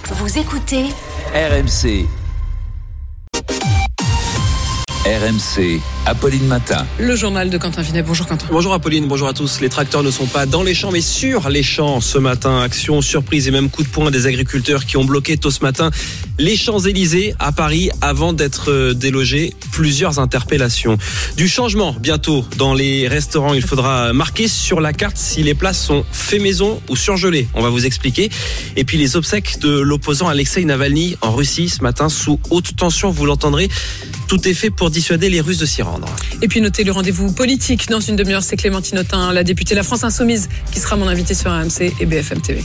Vous écoutez RMC. RMC, Apolline Matin. Le journal de Quentin Vinet. Bonjour Quentin. Bonjour Apolline, bonjour à tous. Les tracteurs ne sont pas dans les champs mais sur les champs ce matin. Action, surprise et même coup de poing des agriculteurs qui ont bloqué tôt ce matin les Champs-Élysées à Paris avant d'être délogés. Plusieurs interpellations. Du changement bientôt dans les restaurants. Il faudra marquer sur la carte si les plats sont faits maison ou surgelés. On va vous expliquer. Et puis les obsèques de l'opposant Alexeï Navalny en Russie ce matin sous haute tension. Vous l'entendrez. Tout est fait pour dissuader les Russes de s'y rendre. Et puis notez le rendez-vous politique. Dans une demi-heure, c'est Clémentine Autain, la députée La France Insoumise, qui sera mon invitée sur RMC et BFM TV.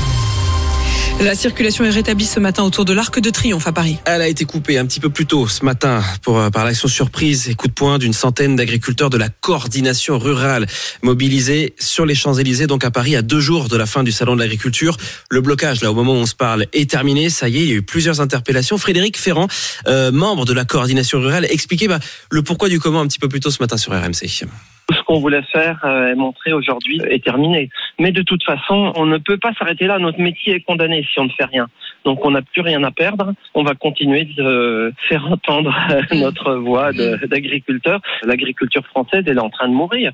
La circulation est rétablie ce matin autour de l'Arc de Triomphe à Paris. Elle a été coupée un petit peu plus tôt ce matin par l'action surprise et coup de poing d'une centaine d'agriculteurs de la coordination rurale mobilisés sur les Champs-Élysées, donc à Paris, à 2 jours de la fin du salon de l'agriculture. Le blocage, là, au moment où on se parle, est terminé. Ça y est, il y a eu plusieurs interpellations. Frédéric Ferrand, membre de la coordination rurale, expliquait le pourquoi du comment un petit peu plus tôt ce matin sur RMC. Tout ce qu'on voulait faire et montrer aujourd'hui est terminé. Mais de toute façon, on ne peut pas s'arrêter là. Notre métier est condamné si on ne fait rien. Donc on n'a plus rien à perdre. On va continuer de faire entendre notre voix d'agriculteurs. L'agriculture française, elle est en train de mourir.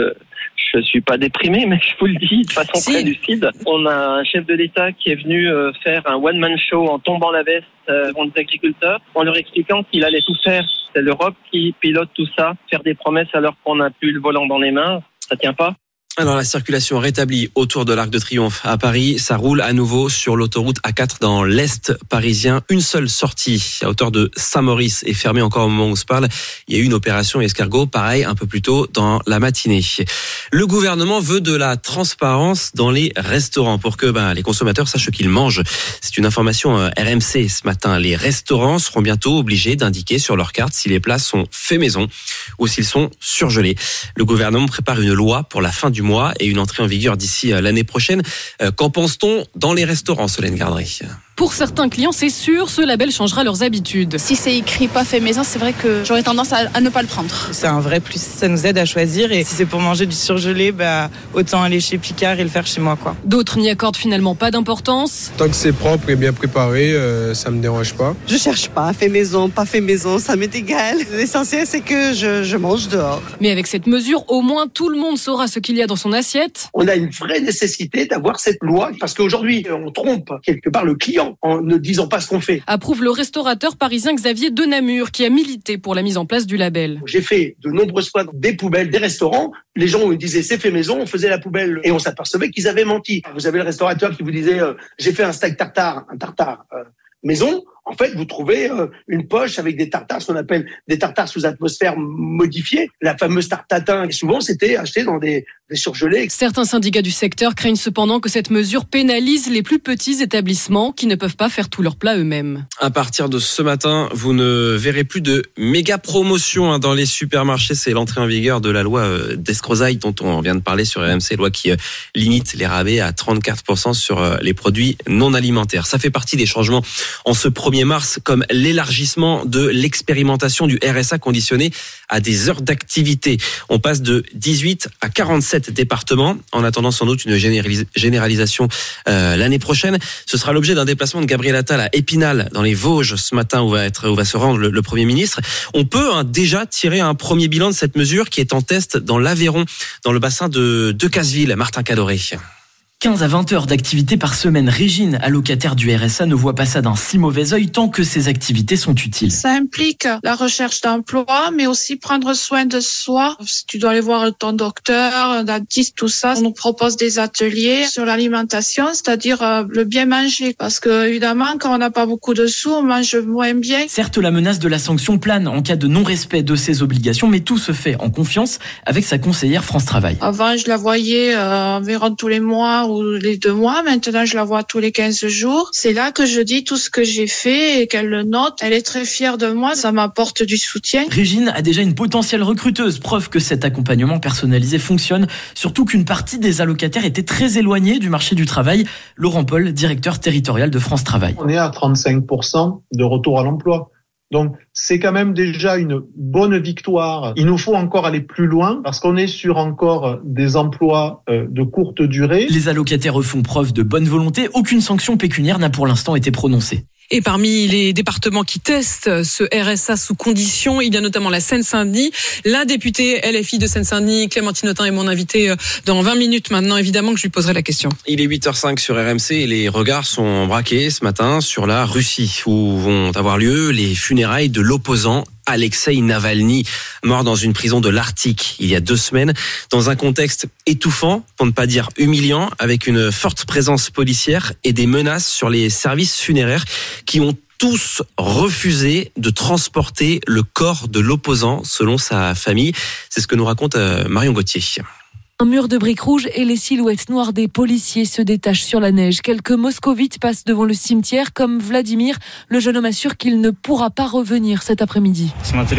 Je suis pas déprimé, mais je vous le dis de façon très lucide. On a un chef de l'État qui est venu faire un one-man show en tombant la veste devant les agriculteurs, en leur expliquant qu'il allait tout faire. C'est l'Europe qui pilote tout ça. Faire des promesses alors qu'on n'a plus le volant dans les mains, ça tient pas. Alors la circulation rétablie autour de l'Arc de Triomphe à Paris, ça roule à nouveau sur l'autoroute A4 dans l'Est parisien. Une seule sortie à hauteur de Saint-Maurice est fermée encore au moment où on se parle. Il y a eu une opération escargot, pareil, un peu plus tôt dans la matinée. Le gouvernement veut de la transparence dans les restaurants pour que les consommateurs sachent ce qu'ils mangent. C'est une information RMC ce matin. Les restaurants seront bientôt obligés d'indiquer sur leur carte si les plats sont faits maison ou s'ils sont surgelés. Le gouvernement prépare une loi pour la fin du mois et une entrée en vigueur d'ici l'année prochaine. Qu'en pense-t-on dans les restaurants, Solène Gardry ? Pour certains clients, c'est sûr, ce label changera leurs habitudes. Si c'est écrit pas fait maison, c'est vrai que j'aurais tendance à ne pas le prendre. C'est un vrai plus. Ça nous aide à choisir et si c'est pour manger du surgelé, autant aller chez Picard et le faire chez moi, quoi. D'autres n'y accordent finalement pas d'importance. Tant que c'est propre et bien préparé, ça me dérange pas. Je cherche pas, fait maison, pas fait maison, ça m'est égal. L'essentiel, c'est que je mange dehors. Mais avec cette mesure, au moins tout le monde saura ce qu'il y a dans son assiette. On a une vraie nécessité d'avoir cette loi parce qu'aujourd'hui, on trompe quelque part le client en ne disant pas ce qu'on fait. Approuve le restaurateur parisien Xavier de Namur qui a milité pour la mise en place du label. J'ai fait de nombreuses fois des poubelles, des restaurants. Les gens disaient c'est fait maison, on faisait la poubelle et on s'apercevait qu'ils avaient menti. Vous avez le restaurateur qui vous disait j'ai fait un steak tartare, maison. En fait, vous trouvez une poche avec des tartares, ce qu'on appelle des tartares sous atmosphère modifiée. La fameuse tarte tatin, et souvent, c'était acheté dans des surgelés. Certains syndicats du secteur craignent cependant que cette mesure pénalise les plus petits établissements qui ne peuvent pas faire tous leurs plats eux-mêmes. À partir de ce matin, vous ne verrez plus de méga promotions dans les supermarchés. C'est l'entrée en vigueur de la loi d'Escrozaille dont on vient de parler sur RMC, loi qui limite les rabais à 34% sur les produits non alimentaires. Ça fait partie des changements en ce 1er mars, comme l'élargissement de l'expérimentation du RSA conditionné à des heures d'activité. On passe de 18 à 47 départements, en attendant sans doute une généralisation l'année prochaine. Ce sera l'objet d'un déplacement de Gabriel Attal à Épinal, dans les Vosges, ce matin, où va se rendre le Premier ministre. On peut déjà tirer un premier bilan de cette mesure qui est en test dans l'Aveyron, dans le bassin de Decazeville. Martin Cadoré. 15 à 20 heures d'activité par semaine. Régine, allocataire du RSA, ne voit pas ça d'un si mauvais œil tant que ces activités sont utiles. Ça implique la recherche d'emploi, mais aussi prendre soin de soi. Si tu dois aller voir ton docteur, un dentiste, tout ça, on nous propose des ateliers sur l'alimentation, c'est-à-dire le bien manger. Parce que, évidemment, quand on n'a pas beaucoup de sous, on mange moins bien. Certes, la menace de la sanction plane en cas de non-respect de ses obligations, mais tout se fait en confiance avec sa conseillère France Travail. Avant, je la voyais environ tous les mois ou les 2 mois. Maintenant, je la vois tous les 15 jours. C'est là que je dis tout ce que j'ai fait et qu'elle le note. Elle est très fière de moi. Ça m'apporte du soutien. Régine a déjà une potentielle recruteuse. Preuve que cet accompagnement personnalisé fonctionne. Surtout qu'une partie des allocataires était très éloignée du marché du travail. Laurent Paul, directeur territorial de France Travail. On est à 35% de retour à l'emploi. Donc, c'est quand même déjà une bonne victoire. Il nous faut encore aller plus loin parce qu'on est sur encore des emplois de courte durée. Les allocataires font preuve de bonne volonté. Aucune sanction pécuniaire n'a pour l'instant été prononcée. Et parmi les départements qui testent ce RSA sous condition, il y a notamment la Seine-Saint-Denis. La députée LFI de Seine-Saint-Denis, Clémentine Autain, est mon invitée dans 20 minutes maintenant. Évidemment que je lui poserai la question. Il est 8h05 sur RMC et les regards sont braqués ce matin sur la Russie où vont avoir lieu les funérailles de l'opposant Alexeï Navalny, mort dans une prison de l'Arctique il y a 2 semaines, dans un contexte étouffant, pour ne pas dire humiliant, avec une forte présence policière et des menaces sur les services funéraires qui ont tous refusé de transporter le corps de l'opposant selon sa famille. C'est ce que nous raconte Marion Gauthier. Un mur de briques rouges et les silhouettes noires des policiers se détachent sur la neige. Quelques moscovites passent devant le cimetière, comme Vladimir. Le jeune homme assure qu'il ne pourra pas revenir cet après-midi.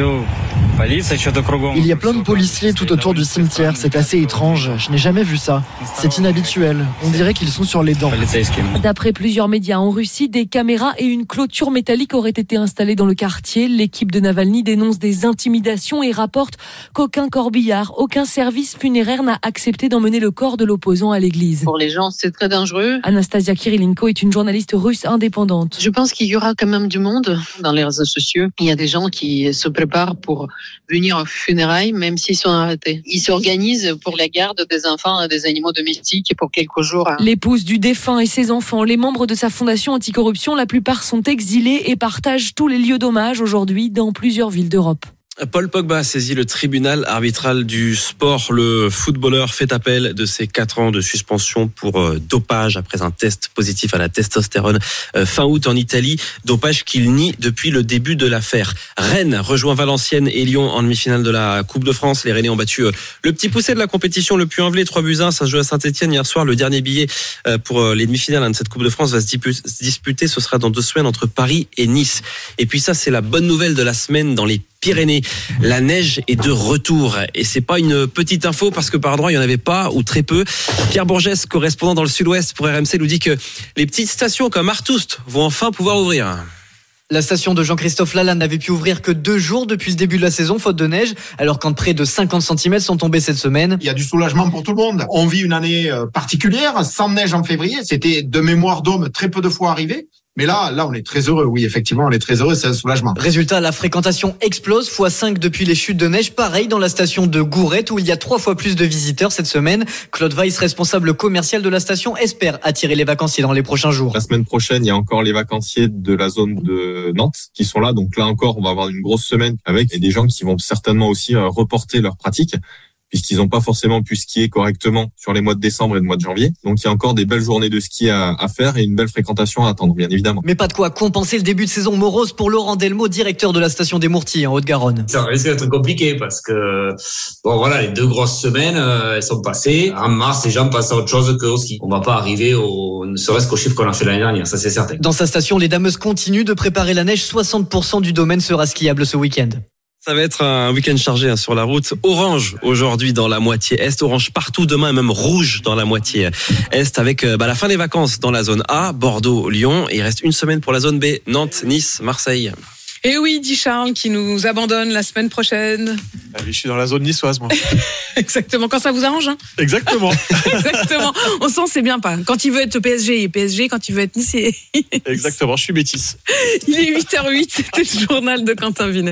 Il y a plein de policiers tout autour du cimetière, c'est assez étrange. Je n'ai jamais vu ça. C'est inhabituel. On dirait qu'ils sont sur les dents. D'après plusieurs médias en Russie, des caméras et une clôture métallique auraient été installées dans le quartier. L'équipe de Navalny dénonce des intimidations et rapporte qu'aucun corbillard, aucun service funéraire n'a accepté d'emmener le corps de l'opposant à l'église. Pour les gens, c'est très dangereux. Anastasia Kirilenko est une journaliste russe indépendante. Je pense qu'il y aura quand même du monde dans les réseaux sociaux. Il y a des gens qui se préparent pour venir aux funérailles, même s'ils sont arrêtés. Ils s'organisent pour la garde des enfants et des animaux domestiques pour quelques jours. L'épouse du défunt et ses enfants, les membres de sa fondation anticorruption, la plupart sont exilés et partagent tous les lieux d'hommage aujourd'hui dans plusieurs villes d'Europe. Paul Pogba saisit le tribunal arbitral du sport. Le footballeur fait appel de ses 4 ans de suspension pour dopage après un test positif à la testostérone fin août en Italie. Dopage qu'il nie depuis le début de l'affaire. Rennes rejoint Valenciennes et Lyon en demi-finale de la Coupe de France. Les Rennais ont battu le petit poussé de la compétition, le Puy-en-Velay, 3-1. Ça se joue à Saint-Etienne hier soir. Le dernier billet pour les demi-finales de cette Coupe de France va se disputer. Ce sera dans 2 semaines entre Paris et Nice. Et puis ça, c'est la bonne nouvelle de la semaine dans les Pyrénées. La neige est de retour et c'est pas une petite info parce que par endroit il y en avait pas ou très peu. Pierre Bourgès, correspondant dans le Sud-Ouest pour RMC, nous dit que les petites stations comme Artoust vont enfin pouvoir ouvrir. La station de Jean-Christophe Lalanne n'avait pu ouvrir que 2 jours depuis le début de la saison, faute de neige, alors quand près de 50 cm sont tombés cette semaine. Il y a du soulagement pour tout le monde. On vit une année particulière, sans neige en février. C'était de mémoire d'homme très peu de fois arrivé. Mais là, on est très heureux. Oui, effectivement, on est très heureux. C'est un soulagement. Résultat, la fréquentation explose, x5 depuis les chutes de neige. Pareil dans la station de Gourette, où il y a 3 fois plus de visiteurs cette semaine. Claude Weiss, responsable commercial de la station, espère attirer les vacanciers dans les prochains jours. La semaine prochaine, il y a encore les vacanciers de la zone de Nantes qui sont là. Donc là encore, on va avoir une grosse semaine avec des gens qui vont certainement aussi reporter leurs pratiques, puisqu'ils n'ont pas forcément pu skier correctement sur les mois de décembre et le mois de janvier. Donc il y a encore des belles journées de ski à faire et une belle fréquentation à attendre, bien évidemment. Mais pas de quoi compenser le début de saison morose pour Laurent Delmo, directeur de la station des Mourtilles en Haute-Garonne. Ça risque d'être compliqué parce que, les 2 grosses semaines, elles sont passées. En mars, les gens passent à autre chose qu'au ski. On va pas arriver ne serait-ce qu'au chiffre qu'on a fait l'année dernière, ça c'est certain. Dans sa station, les dameuses continuent de préparer la neige. 60% du domaine sera skiable ce week-end. Ça va être un week-end chargé sur la route. Orange aujourd'hui dans la moitié est, orange partout demain, même rouge dans la moitié est, avec la fin des vacances dans la zone A, Bordeaux, Lyon, et il reste 1 semaine pour la zone B, Nantes, Nice, Marseille. Et oui, dit Charles, qui nous abandonne la semaine prochaine. Je suis dans la zone niçoise, moi. Exactement, quand ça vous arrange. Exactement. Exactement. On sent, c'est bien pas. Quand il veut être PSG, il est PSG. Quand il veut être Nice, il est... Exactement, je suis métisse. Il est 8h08, c'était le journal de Quentin Vinet.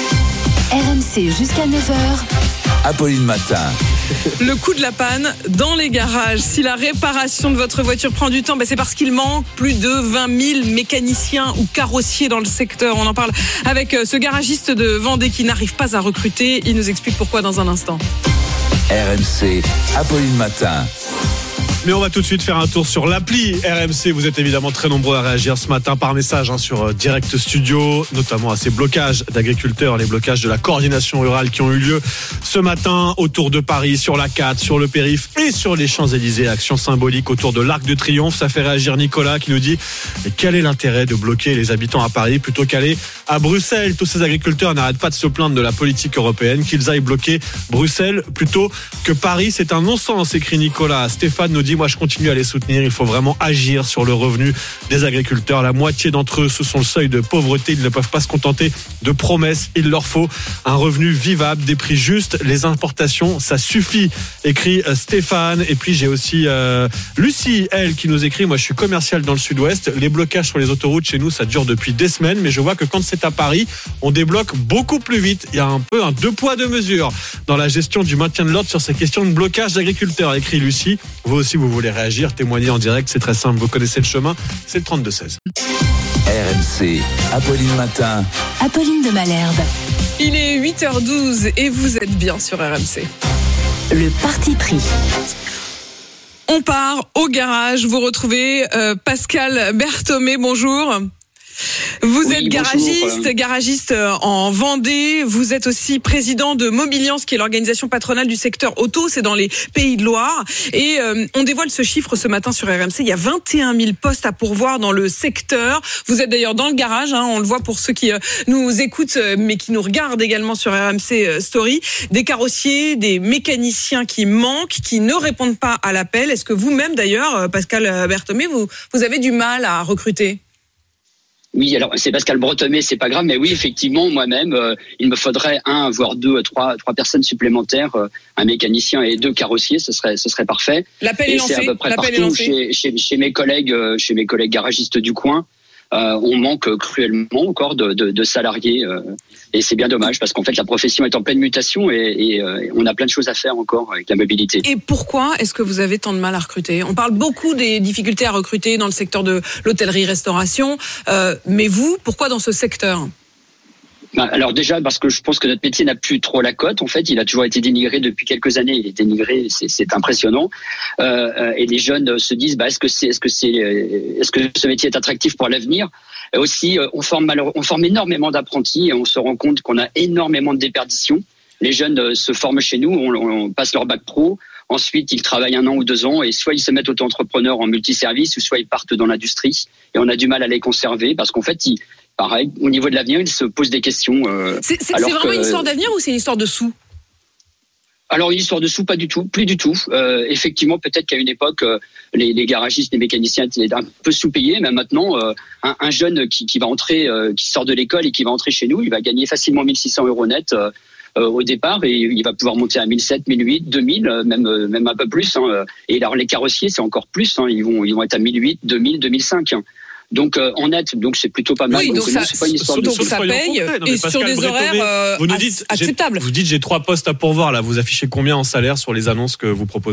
RMC jusqu'à 9h. Apolline Matin. Le coût de la panne dans les garages. Si la réparation de votre voiture prend du temps, c'est parce qu'il manque plus de 20 000 mécaniciens ou carrossiers dans le secteur. On en parle avec ce garagiste de Vendée qui n'arrive pas à recruter. Il nous explique pourquoi dans un instant. RMC, Apolline Matin. Mais on va tout de suite faire un tour sur l'appli RMC. Vous êtes évidemment très nombreux à réagir ce matin par message sur Direct Studio, notamment à ces blocages d'agriculteurs, les blocages de la coordination rurale qui ont eu lieu ce matin autour de Paris, sur la 4, sur le périph' et sur les Champs-Élysées. Action symbolique autour de l'Arc de Triomphe. Ça fait réagir Nicolas qui nous dit « Quel est l'intérêt de bloquer les habitants à Paris plutôt qu'aller à Bruxelles. Tous ces agriculteurs n'arrêtent pas de se plaindre de la politique européenne, qu'ils aillent bloquer Bruxelles plutôt que Paris. C'est un non-sens, écrit Nicolas. Stéphane nous dit, moi je continue à les soutenir, il faut vraiment agir sur le revenu des agriculteurs. La moitié d'entre eux, ce sont le seuil de pauvreté, ils ne peuvent pas se contenter de promesses, il leur faut un revenu vivable, des prix justes, les importations, ça suffit, écrit Stéphane. Et puis j'ai aussi Lucie, elle, qui nous écrit, moi je suis commercial dans le sud-ouest, les blocages sur les autoroutes chez nous ça dure depuis des semaines, mais je vois que quand c'est à Paris, on débloque beaucoup plus vite. Il y a un peu un 2 poids 2 mesures dans la gestion du maintien de l'ordre sur ces questions de blocage d'agriculteurs, écrit Lucie. Vous aussi vous voulez réagir, témoigner en direct, c'est très simple, vous connaissez le chemin, c'est le 32-16. RMC, Apolline Matin. Apolline de Malherbe. Il est 8h12 et vous êtes bien sur RMC. Le parti pris. On part au garage. Vous retrouvez Pascal Berthomé. Bonjour. Vous êtes garagiste en Vendée. Vous êtes aussi président de Mobiliance, qui est l'organisation patronale du secteur auto. C'est dans les Pays de Loire. Et on dévoile ce chiffre ce matin sur RMC. Il y a 21 000 postes à pourvoir dans le secteur. Vous êtes d'ailleurs dans le garage. On le voit pour ceux qui nous écoutent, mais qui nous regardent également sur RMC Story. Des carrossiers, des mécaniciens qui manquent, qui ne répondent pas à l'appel. Est-ce que vous-même, d'ailleurs, Pascal Berthomé, vous avez du mal à recruter ? Oui, alors c'est Pascal Bretomé, c'est pas grave, mais oui, effectivement, moi-même, il me faudrait 1, voire 2, 3 personnes supplémentaires, un mécanicien et 2 carrossiers, ce serait parfait. L'appel est lancé. C'est à peu près partout chez mes collègues garagistes du coin. On manque cruellement encore de salariés et c'est bien dommage parce qu'en fait la profession est en pleine mutation et on a plein de choses à faire encore avec la mobilité. Et pourquoi est-ce que vous avez tant de mal à recruter ? On parle beaucoup des difficultés à recruter dans le secteur de l'hôtellerie-restauration, mais vous, pourquoi dans ce secteur ? Alors déjà parce que je pense que notre métier n'a plus trop la cote. En fait, il a toujours été dénigré depuis quelques années. Il est dénigré, c'est impressionnant. Et les jeunes se disent, est-ce que ce métier est attractif pour l'avenir ? Et aussi, on forme énormément d'apprentis et on se rend compte qu'on a énormément de déperditions. Les jeunes se forment chez nous, on passe leur bac pro. Ensuite, ils travaillent 1 an ou 2 ans et soit ils se mettent auto-entrepreneurs en multiservice ou soit ils partent dans l'industrie. Et on a du mal à les conserver parce qu'en fait, pareil, au niveau de l'avenir, ils se posent des questions. C'est vraiment une histoire d'avenir ou c'est une histoire de sous ? Alors, une histoire de sous, pas du tout, plus du tout. Effectivement, peut-être qu'à une époque, les garagistes, les mécaniciens étaient un peu sous-payés, mais maintenant, un jeune qui va entrer, qui sort de l'école et qui va entrer chez nous, il va gagner facilement 1 600 € net au départ et il va pouvoir monter à 1 700, 1 800, 2 000, même un peu plus. Et alors, les carrossiers, c'est encore plus. Ils vont être à 1 800, 2 000, 2 500. Donc en net, donc c'est plutôt pas mal. Oui, donc c'est pas une histoire de ça paye et sur des horaires acceptables. Vous dites j'ai 3 postes à pourvoir là. Vous affichez combien en salaire sur les annonces que vous proposez ?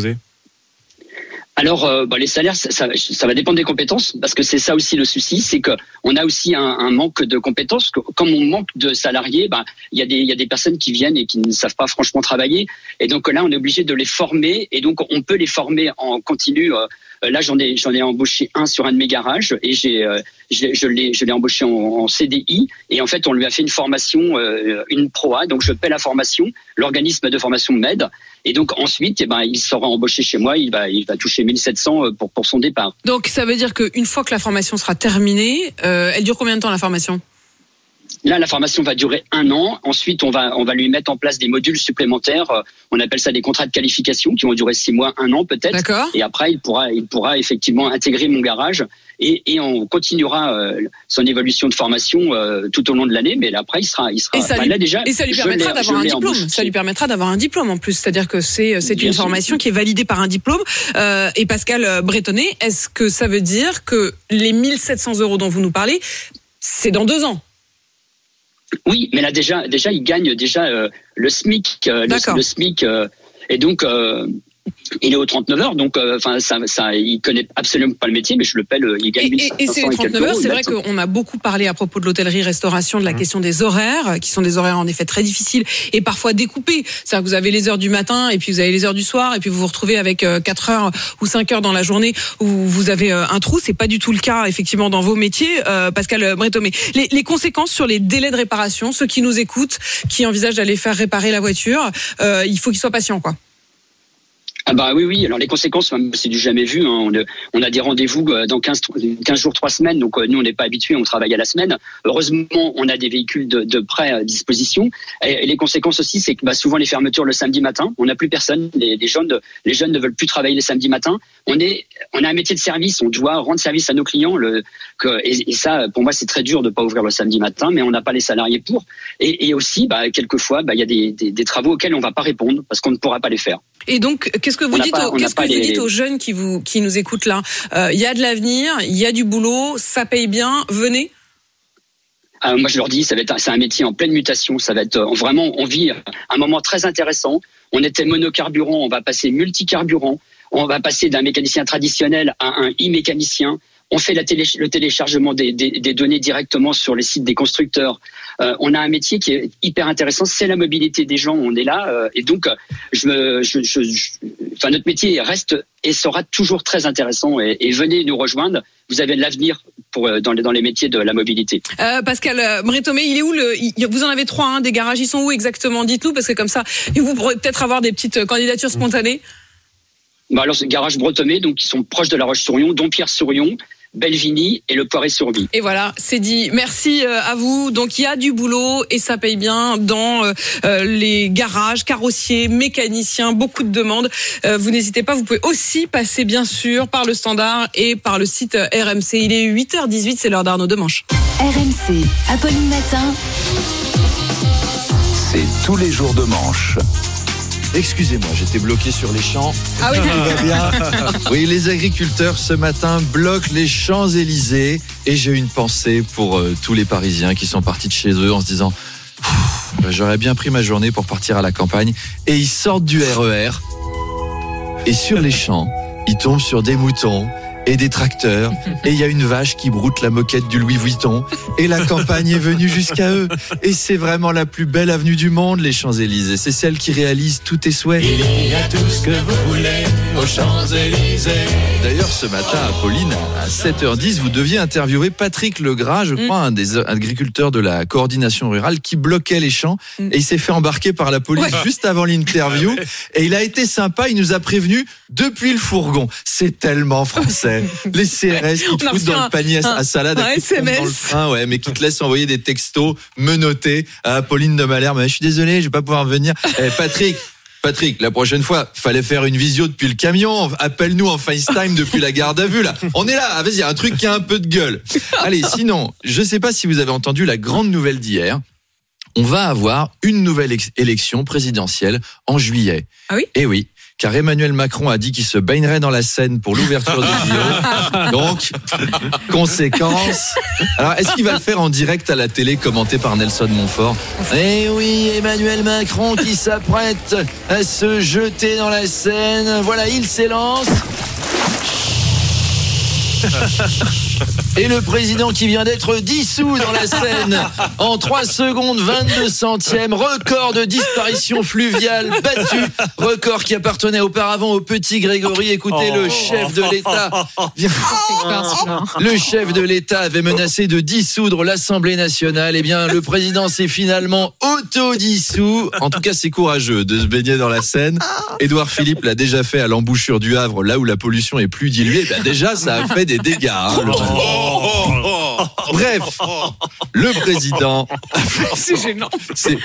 Alors, les salaires, ça va dépendre des compétences, parce que c'est ça aussi le souci, c'est que on a aussi un manque de compétences. Comme on manque de salariés, il y a des personnes qui viennent et qui ne savent pas franchement travailler, et donc là, on est obligé de les former, et donc on peut les former en continu. Là, j'en ai embauché un sur un de mes garages, et je l'ai embauché en CDI, et en fait, on lui a fait une formation, une ProA, donc je paie la formation, l'organisme de formation m'aide. Et donc ensuite, il sera embauché chez moi, il va toucher 1 700 pour son départ. Donc ça veut dire qu'une fois que la formation sera terminée, elle dure combien de temps la formation ? Là, la formation va durer 1 an. Ensuite, on va lui mettre en place des modules supplémentaires. On appelle ça des contrats de qualification qui vont durer 6 mois, 1 an peut-être. D'accord. Et après, il pourra effectivement intégrer mon garage et on continuera son évolution de formation tout au long de l'année. Mais là, après, il sera. Et ça lui permettra d'avoir un diplôme. Ça lui permettra d'avoir un diplôme en plus. C'est-à-dire que c'est une formation qui est validée par un diplôme. Et Pascal Bretonnet, est-ce que ça veut dire que les 1 700 € dont vous nous parlez, c'est dans 2 ans ? Oui, mais là déjà, il gagne le SMIC, le SMIC, et donc il est aux 39 heures, donc il connaît absolument pas le métier, mais je le paie, il gagne 1 500 et ces 39 heures, c'est vrai qu'on a beaucoup parlé à propos de l'hôtellerie-restauration, de la question des horaires, qui sont des horaires en effet très difficiles et parfois découpés. C'est-à-dire que vous avez les heures du matin et puis vous avez les heures du soir et puis vous vous retrouvez avec 4 heures ou 5 heures dans la journée où vous avez un trou. C'est pas du tout le cas effectivement dans vos métiers, Pascal Bretomé. Les conséquences sur les délais de réparation, ceux qui nous écoutent, qui envisagent d'aller faire réparer la voiture, il faut qu'ils soient patients, quoi. Ah bah oui. Alors les conséquences, c'est du jamais vu. Hein. On a des rendez-vous dans 15 jours, 3 semaines. Donc nous, on n'est pas habitués, on travaille à la semaine. Heureusement, on a des véhicules de prêt à disposition. Et les conséquences aussi, c'est que souvent les fermetures le samedi matin, on n'a plus personne. Les jeunes ne veulent plus travailler le samedi matin. On a un métier de service, on doit rendre service à nos clients. Et ça, pour moi, c'est très dur de pas ouvrir le samedi matin, mais on n'a pas les salariés pour. Et aussi, quelquefois, il y a des travaux auxquels on va pas répondre parce qu'on ne pourra pas les faire. Et donc, qu'est-ce que vous dites aux jeunes qui nous écoutent là? Il y a de l'avenir, il y a du boulot, ça paye bien, venez. Moi, je leur dis, c'est un métier en pleine mutation. Ça va être vraiment, on vit un moment très intéressant. On était monocarburant, on va passer multicarburant. On va passer d'un mécanicien traditionnel à un e-mécanicien. On fait le téléchargement des données directement sur les sites des constructeurs. On a un métier qui est hyper intéressant, c'est la mobilité des gens. On est là, et donc notre métier reste et sera toujours très intéressant. Et venez nous rejoindre. Vous avez de l'avenir dans les métiers de la mobilité. Pascal Bretomé, il est où vous en avez 3, des garages, ils sont où exactement? Dites-nous, parce que comme ça, vous pourrez peut-être avoir des petites candidatures spontanées. Alors c'est garage Bretomé, donc qui sont proches de La Roche-sur-Yon, Dompierre-sur-Yon, Belvigny et le Poiré-sur-Vie. Et voilà, c'est dit. Merci à vous. Donc il y a du boulot et ça paye bien dans les garages, carrossiers, mécaniciens, beaucoup de demandes. Vous n'hésitez pas, vous pouvez aussi passer bien sûr par le standard et par le site RMC. Il est 8h18, c'est l'heure d'Arnaud Demanche. RMC, Apolline Matin. C'est tous les jours de manche. Excusez-moi, j'étais bloqué sur les champs. Ah oui. Tout va bien. Oui, les agriculteurs ce matin bloquent les Champs-Élysées et j'ai une pensée pour tous les Parisiens qui sont partis de chez eux en se disant j'aurais bien pris ma journée pour partir à la campagne, et ils sortent du RER et sur les champs, ils tombent sur des moutons et des tracteurs, et il y a une vache qui broute la moquette du Louis Vuitton, et la campagne est venue jusqu'à eux. Et c'est vraiment la plus belle avenue du monde, les Champs-Élysées. C'est celle qui réalise tous tes souhaits. Il y a tout ce que vous voulez aux Champs-Élysées. D'ailleurs, ce matin, Apolline, à 7h10, vous deviez interviewer Patrick Legras, je crois, un des agriculteurs de la coordination rurale, qui bloquait les champs, et il s'est fait embarquer par la police juste avant l'interview, et il a été sympa, il nous a prévenu depuis le fourgon. C'est tellement français. Les CRS qui te foutent dans le panier à salade un SMS. dans le train, mais qui te laissent envoyer des textos menottés à Apolline de Malherbe. Je suis désolé, je vais pas pouvoir venir. Patrick, la prochaine fois, fallait faire une visio depuis le camion. Appelle-nous en FaceTime depuis la garde à vue, là. On est là. Vas-y, un truc qui a un peu de gueule. Allez, sinon, je sais pas si vous avez entendu la grande nouvelle d'hier. On va avoir une nouvelle élection présidentielle en juillet. Ah oui? Eh oui. Car Emmanuel Macron a dit qu'il se baignerait dans la Seine pour l'ouverture des JO. Donc, conséquence. Alors, est-ce qu'il va le faire en direct à la télé, commenté par Nelson Montfort? Eh oui, Emmanuel Macron qui s'apprête à se jeter dans la Seine. Voilà, il s'élance. Et le président qui vient d'être dissous dans la Seine en 3 secondes 22 centièmes, record de disparition fluviale battu, record qui appartenait auparavant au petit Grégory. Écoutez, le chef de l'État, le chef de l'État avait menacé de dissoudre l'Assemblée nationale. Eh bien, le président s'est finalement auto-dissous. En tout cas, c'est courageux de se baigner dans la Seine. Édouard Philippe l'a déjà fait à l'embouchure du Havre, là où la pollution est plus diluée. Ben déjà, ça a fait des dégâts. Bref, le président. C'est gênant. C'est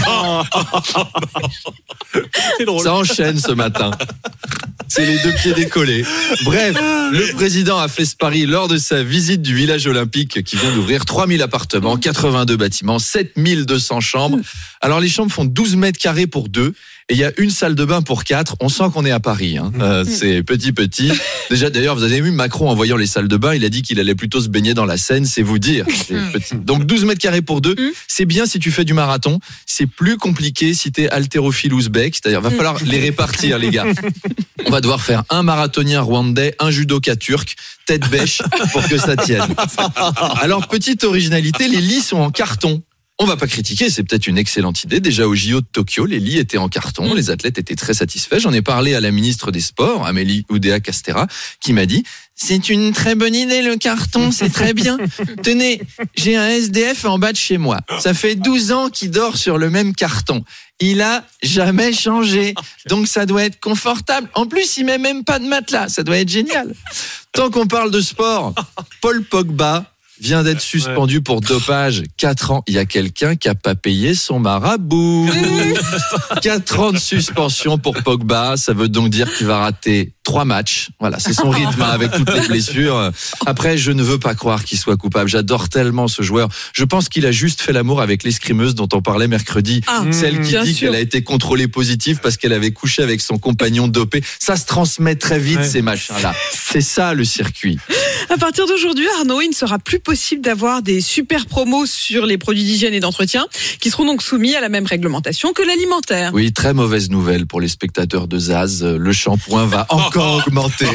drôle. Ça enchaîne ce matin. C'est les 2 pieds décollés. Bref, le président a fait ce pari lors de sa visite du village olympique qui vient d'ouvrir. 3000 appartements, 82 bâtiments, 7200 chambres. Alors les chambres font 12 mètres carrés pour 2. Et il y a une salle de bain pour 4. On sent qu'on est à Paris. C'est petit. Déjà, d'ailleurs, vous avez vu Macron en voyant les salles de bain, il a dit qu'il allait plutôt se baigner dans la Seine. C'est vous dire. Donc 12 mètres carrés pour 2. C'est bien si tu fais du marathon. C'est plus compliqué si t'es haltérophile ouzbek. C'est-à-dire, va falloir les répartir, les gars. On va devoir faire un marathonien rwandais, un judoka turc, tête bêche, pour que ça tienne. Alors, petite originalité, les lits sont en carton. On va pas critiquer, c'est peut-être une excellente idée. Déjà au JO de Tokyo, les lits étaient en carton, les athlètes étaient très satisfaits. J'en ai parlé à la ministre des Sports, Amélie Oudéa-Castéra, qui m'a dit c'est une très bonne idée le carton, c'est très bien. Tenez, j'ai un SDF en bas de chez moi. Ça fait 12 ans qu'il dort sur le même carton. Il a jamais changé, donc ça doit être confortable. En plus, il met même pas de matelas, ça doit être génial. Tant qu'on parle de sport, Paul Pogba vient d'être suspendu pour dopage 4 ans. Il y a quelqu'un qui a pas payé son marabout. 4 ans de suspension pour Pogba, ça veut donc dire qu'il va rater 3 matchs. Voilà, c'est son rythme avec toutes les blessures. Après, je ne veux pas croire qu'il soit coupable. J'adore tellement ce joueur. Je pense qu'il a juste fait l'amour avec l'escrimeuse dont on parlait mercredi. Celle qui dit qu'elle a été contrôlée positive parce qu'elle avait couché avec son compagnon dopé. Ça se transmet très vite, ces machins-là. C'est ça, le circuit. À partir d'aujourd'hui, Arnaud, il ne sera plus possible d'avoir des super promos sur les produits d'hygiène et d'entretien qui seront donc soumis à la même réglementation que l'alimentaire. Oui, très mauvaise nouvelle pour les spectateurs de Zaz. Le shampoing va encore augmenter.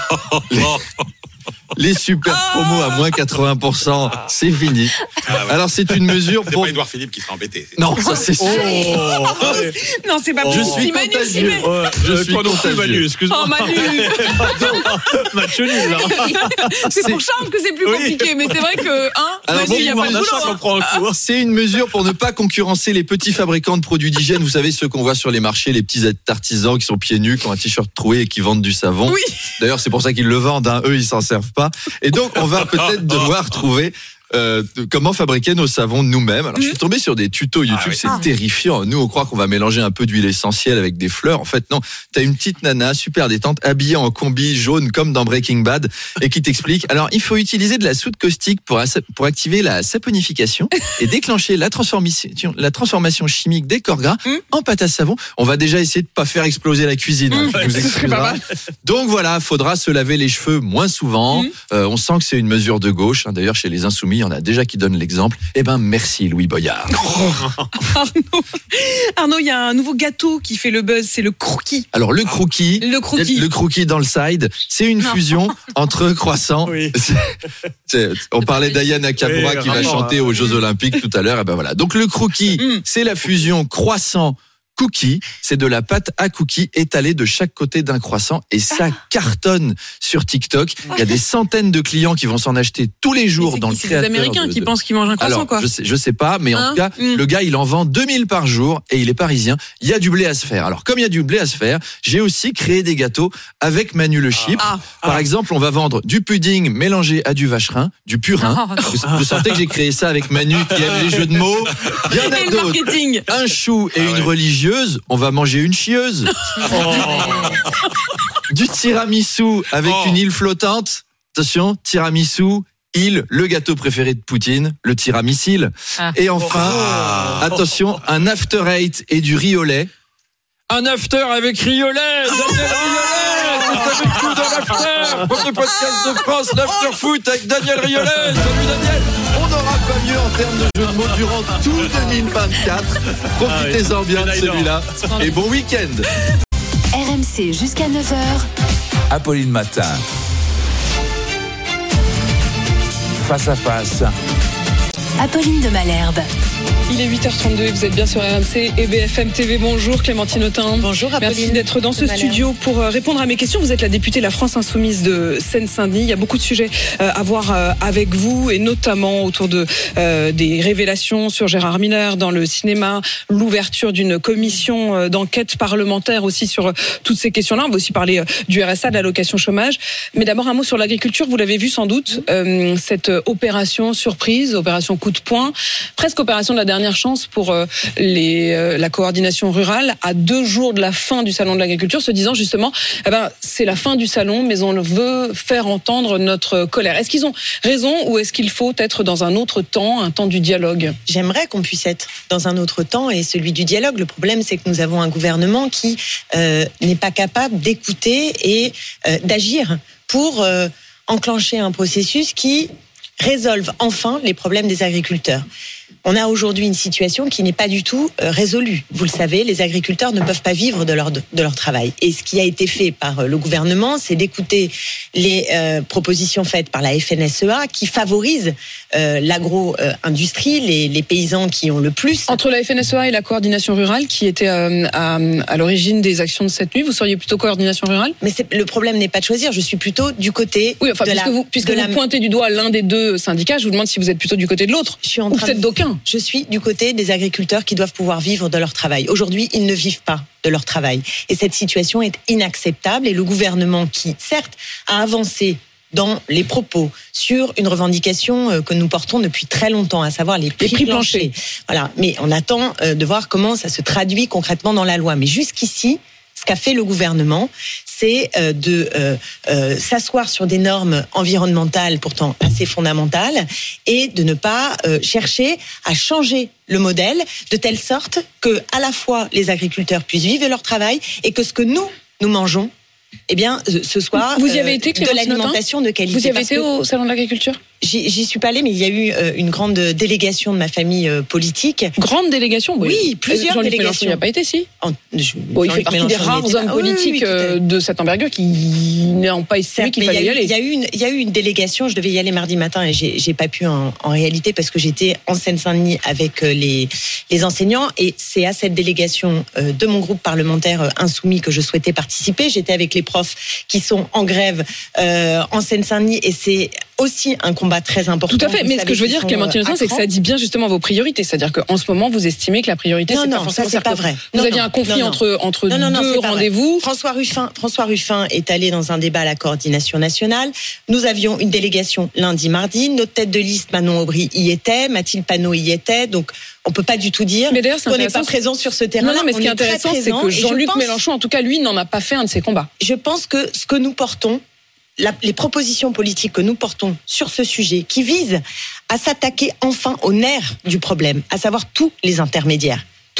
Les super promos à moins 80%, c'est fini. Alors c'est une mesure c'est pour... pas Édouard Philippe qui sera embêté. Non, ça c'est sûr. Non, c'est pas Je possible. suis Manu, contagieux. Je suis contagieux. Manu, excuse-moi. Oh, Manu. Match nul, là. C'est pour Charles que c'est plus compliqué, mais c'est vrai que, Alors, Manu, il y a pas de boulot. C'est une mesure pour ne pas concurrencer les petits fabricants de produits d'hygiène. Vous savez, ceux qu'on voit sur les marchés, les petits artisans qui sont pieds nus, qui ont un t-shirt troué et qui vendent du savon. Oui. D'ailleurs, c'est pour ça qu'ils le vendent. Eux, ils s'en servent pas. Et donc, on va peut-être devoir trouver comment fabriquer nos savons nous-mêmes. Alors, je suis tombé sur des tutos YouTube, c'est terrifiant. Nous, on croit qu'on va mélanger un peu d'huile essentielle avec des fleurs. En fait, non. T'as une petite nana super détente, habillée en combi jaune comme dans Breaking Bad, et qui t'explique. Alors, il faut utiliser de la soude caustique pour activer la saponification et déclencher la transformation chimique des corps gras en pâte à savon. On va déjà essayer de pas faire exploser la cuisine. Tu nous excuseras. Donc voilà, faudra se laver les cheveux moins souvent. On sent que c'est une mesure de gauche. D'ailleurs, chez les Insoumis, il y en a déjà qui donnent l'exemple. Eh ben, merci Louis Boyard. Arnaud, il y a un nouveau gâteau qui fait le buzz, c'est le Crookie. Alors le Crookie dans le side, c'est une fusion entre croissant. On parlait d'Aya Nakamura qui va chanter aux Jeux Olympiques tout à l'heure. Et ben voilà. Donc le Crookie, c'est la fusion croissant cookie, c'est de la pâte à cookies étalée de chaque côté d'un croissant et ça cartonne sur TikTok. Il y a des centaines de clients qui vont s'en acheter tous les jours dans le créateur. C'est des Américains qui pensent qu'ils mangent un croissant, quoi. Je sais pas, mais en tout cas, le gars, il en vend 2000 par jour et il est parisien. Il y a du blé à se faire. Alors, comme il y a du blé à se faire, j'ai aussi créé des gâteaux avec Manu le Chypre. Par exemple, on va vendre du pudding mélangé à du vacherin, du purin. Vous sentez que j'ai créé ça avec Manu qui aime les jeux de mots. Il y en a d'autres. Un chou et une religieuse. On va manger une chieuse. Du tiramisu avec une île flottante. Attention, tiramisu, île, le gâteau préféré de Poutine, le tiramisil. Et enfin, attention, un after eight et du riz au lait. Un after avec riz au lait. Daniel Riolet, c'est avec nous dans l'after. Premier podcast de France, l'after foot avec Daniel Riolet. Salut Daniel. On n'aura pas mieux en termes de jeu de mots durant tout 2024. Profitez-en bien de celui-là. Et bon week-end. RMC jusqu'à 9h. Apolline Matin. Face à face. Apolline de Malherbe. Il est 8h32 et vous êtes bien sur RMC et BFM TV. Bonjour Clémentine Autain. Bonjour Apolline. Merci d'être dans ce studio pour répondre à mes questions. Vous êtes la députée de la France Insoumise de Seine-Saint-Denis. Il y a beaucoup de sujets à voir avec vous et notamment autour de des révélations sur Gérard Miller dans le cinéma, l'ouverture d'une commission d'enquête parlementaire aussi sur toutes ces questions-là. On va aussi parler du RSA, de l'allocation chômage. Mais d'abord un mot sur l'agriculture. Vous l'avez vu sans doute, cette opération surprise, opération coup de poing, presque opération de la dernière chance pour la coordination rurale à 2 jours de la fin du salon de l'agriculture, se disant justement c'est la fin du salon mais on veut faire entendre notre colère. Est-ce qu'ils ont raison ou est-ce qu'il faut être dans un autre temps, un temps du dialogue? J'aimerais qu'on puisse être dans un autre temps et celui du dialogue. Le problème c'est que nous avons un gouvernement qui n'est pas capable d'écouter et d'agir pour enclencher un processus qui résolve enfin les problèmes des agriculteurs. On a aujourd'hui une situation qui n'est pas du tout résolue. Vous le savez, les agriculteurs ne peuvent pas vivre de leur travail. Et ce qui a été fait par le gouvernement, c'est d'écouter les propositions faites par la FNSEA qui favorisent l'agro-industrie, les paysans qui ont le plus. Entre la FNSEA et la coordination rurale qui était à l'origine des actions de cette nuit, vous seriez plutôt coordination rurale ? Mais le problème n'est pas de choisir, je suis plutôt du côté puisque vous pointez du doigt l'un des deux syndicats, je vous demande si vous êtes plutôt du côté de l'autre, ou peut-être d'aucun. Je suis du côté des agriculteurs qui doivent pouvoir vivre de leur travail. Aujourd'hui, ils ne vivent pas de leur travail. Et cette situation est inacceptable. Et le gouvernement qui, certes, a avancé dans les propos sur une revendication que nous portons depuis très longtemps, à savoir les prix planchers. Voilà. Mais on attend de voir comment ça se traduit concrètement dans la loi. Mais jusqu'ici, ce qu'a fait le gouvernement, c'est de s'asseoir sur des normes environnementales pourtant assez fondamentales et de ne pas chercher à changer le modèle de telle sorte que à la fois les agriculteurs puissent vivre de leur travail et que ce que nous mangeons, eh bien, ce soit vous y avez été, de l'alimentation de qualité. Vous y avez été au Salon de l'Agriculture ? J'y suis pas allée, mais il y a eu une grande délégation de ma famille politique. Grande délégation ? Oui, plusieurs Jean-Luc délégations. Mélenchon n'y a pas été, si il fait partie des rares hommes politiques de cette envergure qui n'ont pas estimé qu'il fallait y aller. Il y a eu une délégation, je devais y aller mardi matin et j'ai pas pu en réalité parce que j'étais en Seine-Saint-Denis avec les enseignants et c'est à cette délégation de mon groupe parlementaire insoumis que je souhaitais participer. J'étais avec les profs qui sont en grève en Seine-Saint-Denis et c'est aussi un combat très important. Tout à fait, mais ce que je veux dire, Clémentine Autain, c'est que ça dit bien justement vos priorités. C'est-à-dire qu'en ce moment, vous estimez que la priorité, c'est pas forcément... Non, ça c'est pas vrai. Vous aviez un conflit entre deux rendez-vous. François Ruffin est allé dans un débat à la coordination nationale. Nous avions une délégation lundi, mardi. Notre tête de liste, Manon Aubry, y était. Mathilde Panot y était. Donc, on peut pas du tout dire qu'on n'est pas présent sur ce terrain-là. Non, mais ce qui est intéressant, c'est que Jean-Luc Mélenchon, en tout cas, lui, n'en a pas fait un de ses combats. Je pense que ce que nous portons, les propositions politiques que nous portons sur ce sujet, qui visent à s'attaquer enfin au nerf du problème, à savoir tous les intermédiaires,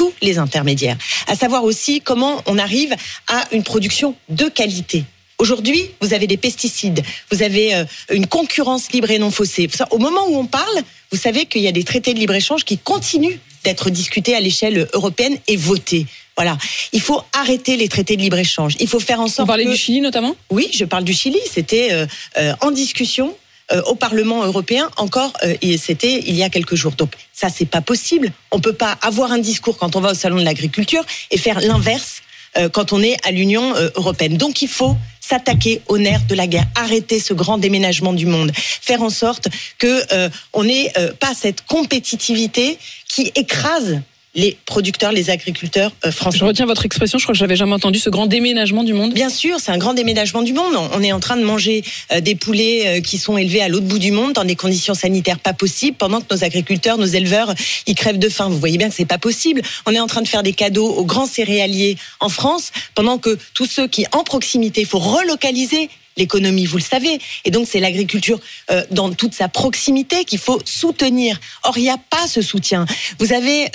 à savoir aussi comment on arrive à une production de qualité. Aujourd'hui, vous avez des pesticides, vous avez une concurrence libre et non faussée. Au moment où on parle, vous savez qu'il y a des traités de libre-échange qui continuent d'être discutés à l'échelle européenne et votés. Voilà, il faut arrêter les traités de libre-échange. Il faut faire en sorte. Vous parlez du Chili notamment ? Oui, je parle du Chili. C'était en discussion au Parlement européen encore. C'était il y a quelques jours. Donc ça, c'est pas possible. On peut pas avoir un discours quand on va au salon de l'agriculture et faire l'inverse quand on est à l'Union européenne. Donc il faut s'attaquer au nerf de la guerre, arrêter ce grand déménagement du monde, faire en sorte que on n'ait pas cette compétitivité qui écrase les producteurs, les agriculteurs français. Je retiens votre expression, je crois que je l'avais jamais entendu, ce grand déménagement du monde. Bien sûr, c'est un grand déménagement du monde. On est en train de manger des poulets qui sont élevés à l'autre bout du monde dans des conditions sanitaires pas possibles, pendant que nos agriculteurs, nos éleveurs, ils crèvent de faim. Vous voyez bien que c'est pas possible. On est en train de faire des cadeaux aux grands céréaliers en France, pendant que tous ceux qui, en proximité, il faut relocaliser l'économie, vous le savez. Et donc, c'est l'agriculture dans toute sa proximité qu'il faut soutenir. Or, il n'y a pas ce soutien. Vous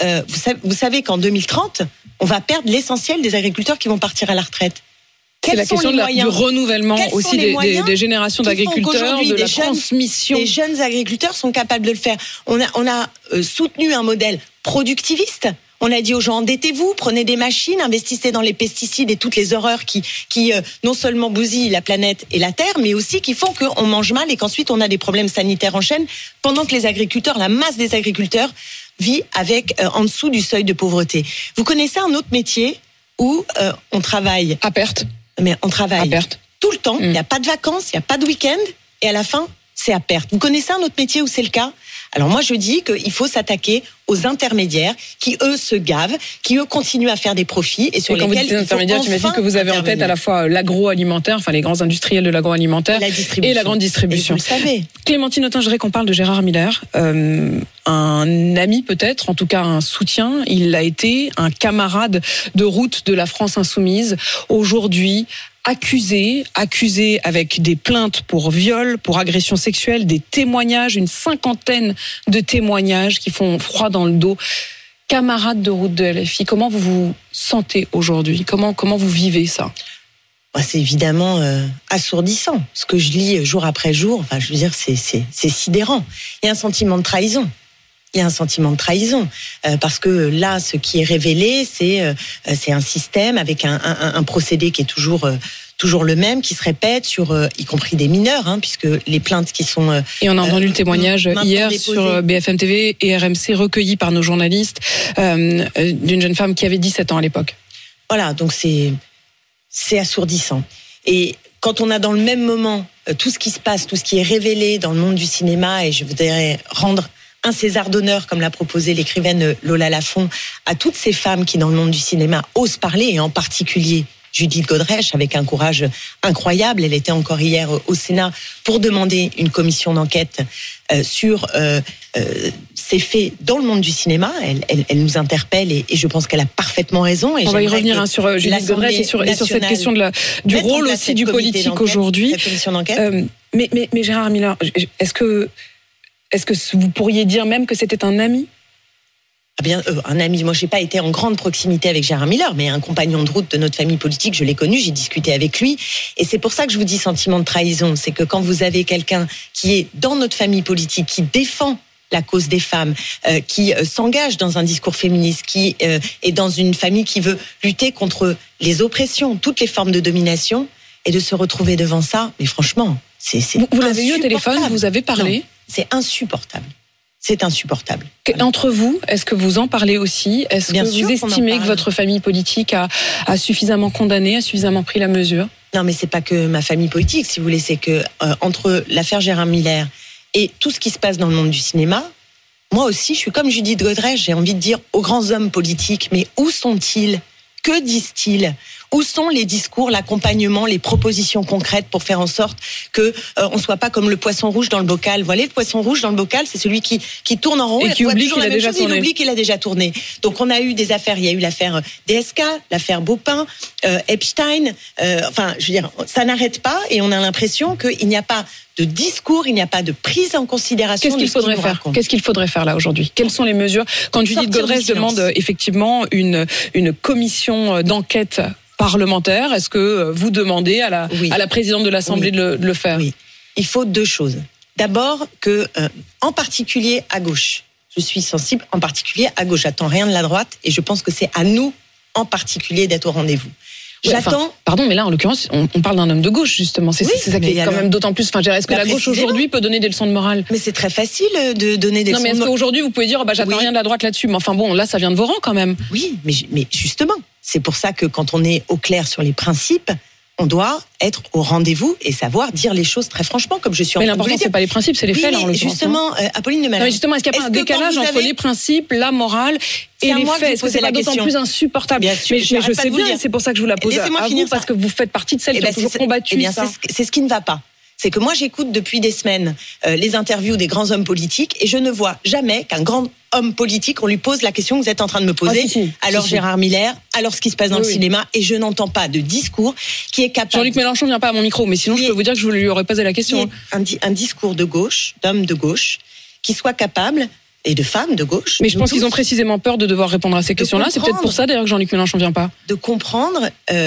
savez qu'en 2030, on va perdre l'essentiel des agriculteurs qui vont partir à la retraite. C'est la question du renouvellement aussi des générations d'agriculteurs, de la transmission. Les jeunes agriculteurs sont capables de le faire. On a soutenu un modèle productiviste. On a dit aux gens, endettez-vous, prenez des machines, investissez dans les pesticides et toutes les horreurs qui non seulement bousillent la planète et la terre, mais aussi qui font qu'on mange mal et qu'ensuite on a des problèmes sanitaires en chaîne, pendant que les agriculteurs, la masse des agriculteurs, vit avec en dessous du seuil de pauvreté. Vous connaissez un autre métier où on travaille à perte? Mais on travaille tout le temps, il n'y a pas de vacances, il n'y a pas de week-end, et à la fin, c'est à perte. Vous connaissez un autre métier où c'est le cas? Alors moi, je dis qu'il faut s'attaquer aux intermédiaires qui, eux, se gavent, qui, eux, continuent à faire des profits et sur lesquels il faut enfin intermédiaires, j'imagine que vous avez en tête à la fois l'agroalimentaire, enfin les grands industriels de l'agroalimentaire et la grande distribution. Et vous le savez. Clémentine Autain, je voudrais qu'on parle de Gérard Miller, un ami peut-être, en tout cas un soutien. Il a été un camarade de route de la France insoumise. Aujourd'hui, accusé avec des plaintes pour viol, pour agression sexuelle, des témoignages, une 50aine de témoignages qui font froid dans le dos. Camarade de route de LFI, comment vous vous sentez aujourd'hui ? Comment vous vivez ça ? c'est évidemment assourdissant. Ce que je lis jour après jour, enfin, je veux dire, c'est sidérant. Il y a un sentiment de trahison. Parce que là, ce qui est révélé, c'est un système avec un procédé qui est toujours le même, qui se répète sur, y compris des mineurs, puisque les plaintes qui sont... Et on a entendu le témoignage hier déposées sur BFM TV et RMC, recueilli par nos journalistes, d'une jeune femme qui avait 17 ans à l'époque. Voilà, donc c'est assourdissant. Et quand on a dans le même moment tout ce qui se passe, tout ce qui est révélé dans le monde du cinéma, et je voudrais rendre un César d'honneur, comme l'a proposé l'écrivaine Lola Lafont, à toutes ces femmes qui, dans le monde du cinéma, osent parler, et en particulier Judith Godrèche, avec un courage incroyable. Elle était encore hier au Sénat pour demander une commission d'enquête sur ces faits dans le monde du cinéma. Elle nous interpelle et je pense qu'elle a parfaitement raison. Et on va y revenir sur Judith Godrèche et sur cette question du rôle aussi du politique aujourd'hui. Mais Gérard Miller, est-ce que vous pourriez dire même que c'était un ami ? Un ami, moi j'ai pas été en grande proximité avec Gérard Miller, mais un compagnon de route de notre famille politique, je l'ai connu, j'ai discuté avec lui, et c'est pour ça que je vous dis sentiment de trahison, c'est que quand vous avez quelqu'un qui est dans notre famille politique, qui défend la cause des femmes, qui s'engage dans un discours féministe, qui est dans une famille qui veut lutter contre les oppressions, toutes les formes de domination, et de se retrouver devant ça, mais franchement, c'est vous l'avez eu au téléphone, vous avez parlé ? Non, c'est insupportable. C'est insupportable. Entre vous, est-ce que vous en parlez aussi ? Est-ce que vous estimez que votre famille politique a suffisamment condamné, a suffisamment pris la mesure ? Non, mais c'est pas que ma famille politique, si vous voulez, c'est que entre l'affaire Gérard Miller et tout ce qui se passe dans le monde du cinéma, moi aussi, je suis comme Judith Godrèche, j'ai envie de dire aux grands hommes politiques, mais où sont-ils ? Que disent-ils ? Où sont les discours, l'accompagnement, les propositions concrètes pour faire en sorte que on soit pas comme le poisson rouge dans le bocal. Vous voyez, le poisson rouge dans le bocal, c'est celui qui tourne en rond et qui oublie qu'il a déjà tourné. Il oublie qu'il a déjà tourné. Donc on a eu des affaires. Il y a eu l'affaire DSK, l'affaire Baupin, Epstein. Enfin, je veux dire, ça n'arrête pas et on a l'impression qu'il n'y a pas de discours, il n'y a pas de prise en considération. Qu'est-ce qu'il faudrait faire ? Qu'est-ce qu'il faudrait faire là aujourd'hui ? Quelles sont les mesures ? Quand Judith Godrèche demande effectivement une commission d'enquête parlementaire, est-ce que vous demandez à la présidente de l'Assemblée de le faire ? Oui. Il faut deux choses. D'abord que, en particulier à gauche, je suis sensible en particulier à gauche. J'attends rien de la droite et je pense que c'est à nous en particulier d'être au rendez-vous. Pardon, mais là, en l'occurrence, on parle d'un homme de gauche, justement. C'est ça qui est quand même d'autant plus... Est-ce que la gauche, aujourd'hui, peut donner des leçons de morale ? Mais c'est très facile de donner des leçons de morale. Non, mais est-ce qu'aujourd'hui, vous pouvez dire, j'attends rien de la droite là-dessus. Mais enfin bon, là, ça vient de vos rangs, quand même. Oui, mais justement, c'est pour ça que quand on est au clair sur les principes, on doit être au rendez-vous et savoir dire les choses très franchement, comme je suis en train de vous dire. Mais l'important, c'est pas les principes, c'est les faits, là, en l'occurrence. Justement, Apolline de Malherbe. Mais justement, est-ce qu'il n'y a pas un décalage entre les principes, la morale et les faits ? Est-ce que c'est pas d'autant plus insupportable ? Bien sûr, mais je sais bien, c'est pour ça que je vous la pose à vous, parce que vous faites partie de celles qui ont toujours combattu ça. C'est ce qui ne va pas. C'est que moi, j'écoute depuis des semaines les interviews des grands hommes politiques et je ne vois jamais qu'un grand homme politique, on lui pose la question que vous êtes en train de me poser. Alors Gérard Miller, alors ce qui se passe dans le cinéma, et je n'entends pas de discours qui est capable... Jean-Luc Mélenchon vient pas à mon micro, mais sinon je peux vous dire que je lui aurais posé la question. Un discours de gauche, d'homme de gauche, qui soit capable... et de femmes de gauche. Mais je pense qu'ils ont précisément peur de devoir répondre à ces questions-là. C'est peut-être pour ça d'ailleurs que Jean-Luc Mélenchon vient pas. De comprendre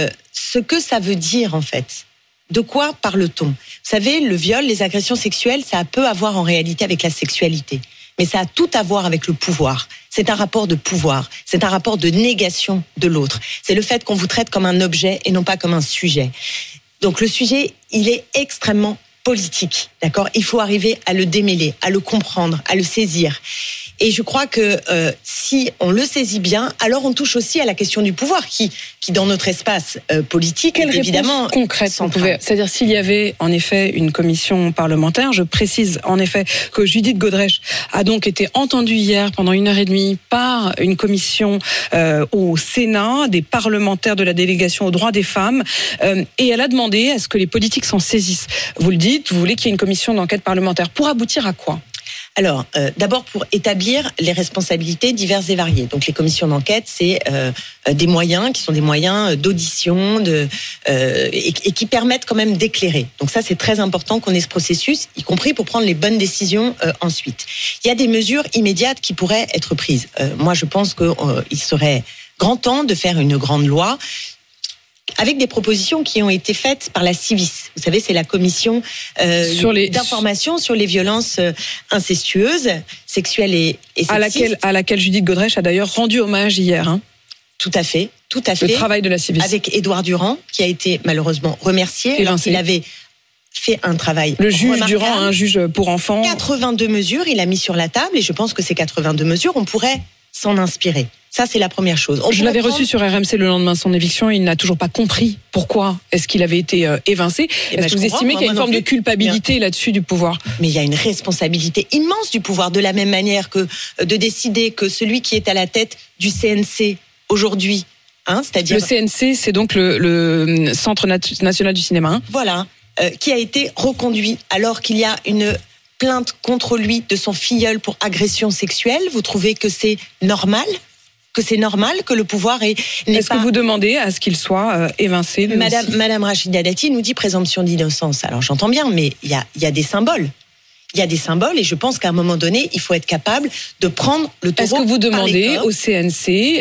ce que ça veut dire en fait. De quoi parle-t-on ? Vous savez, le viol, les agressions sexuelles, ça a peu à voir en réalité avec la sexualité. Mais ça a tout à voir avec le pouvoir. C'est un rapport de pouvoir. C'est un rapport de négation de l'autre. C'est le fait qu'on vous traite comme un objet et non pas comme un sujet. Donc le sujet, il est extrêmement politique, d'accord ? Il faut arriver à le démêler, à le comprendre, à le saisir. Et je crois que si on le saisit bien, alors on touche aussi à la question du pouvoir qui dans notre espace politique, quelle évidemment, réponse concrète c'est-à-dire s'il y avait en effet une commission parlementaire, je précise en effet que Judith Godrèche a donc été entendue hier pendant 1h30 par une commission au Sénat, des parlementaires de la délégation aux droits des femmes, et elle a demandé à ce que les politiques s'en saisissent. Vous le dites, vous voulez qu'il y ait une commission d'enquête parlementaire. Pour aboutir à quoi ? Alors, d'abord pour établir les responsabilités diverses et variées. Donc les commissions d'enquête, c'est des moyens qui sont des moyens d'audition, et qui permettent quand même d'éclairer. Donc ça, c'est très important qu'on ait ce processus, y compris pour prendre les bonnes décisions ensuite. Il y a des mesures immédiates qui pourraient être prises. Moi, je pense qu'il serait grand temps de faire une grande loi. avec des propositions qui ont été faites par la CIVIS. Vous savez, c'est la commission d'information sur les violences incestueuses, sexuelles et sexistes. À laquelle Judith Godrèche a d'ailleurs rendu hommage hier. Hein. Tout à fait. Le travail de la CIVIS. Avec Édouard Durand, qui a été malheureusement remercié. Alors qu'il avait fait un travail Le juge remarquable. Durand, un juge pour enfants. 82 mesures, il a mis sur la table, et je pense que ces 82 mesures, on pourrait s'en inspirer. Ça, c'est la première chose. Je l'avais reçu sur RMC le lendemain de son éviction. Il n'a toujours pas compris pourquoi est-ce qu'il avait été évincé. Est-ce que vous estimez qu'il y a une forme de culpabilité là-dessus du pouvoir? Mais il y a une responsabilité immense du pouvoir, de la même manière que de décider que celui qui est à la tête du CNC aujourd'hui, c'est-à-dire... Le CNC, c'est donc le Centre National du Cinéma. Hein. Voilà, qui a été reconduit alors qu'il y a une plainte contre lui de son filleul pour agression sexuelle. Vous trouvez que c'est normal ? Que le pouvoir n'est Est-ce que vous demandez à ce qu'il soit évincé? Madame Rachida Dati nous dit présomption d'innocence. Alors j'entends bien, mais il y a des symboles. Il y a des symboles et je pense qu'à un moment donné, il faut être capable de prendre le taureau. Est-ce que vous demandez au CNC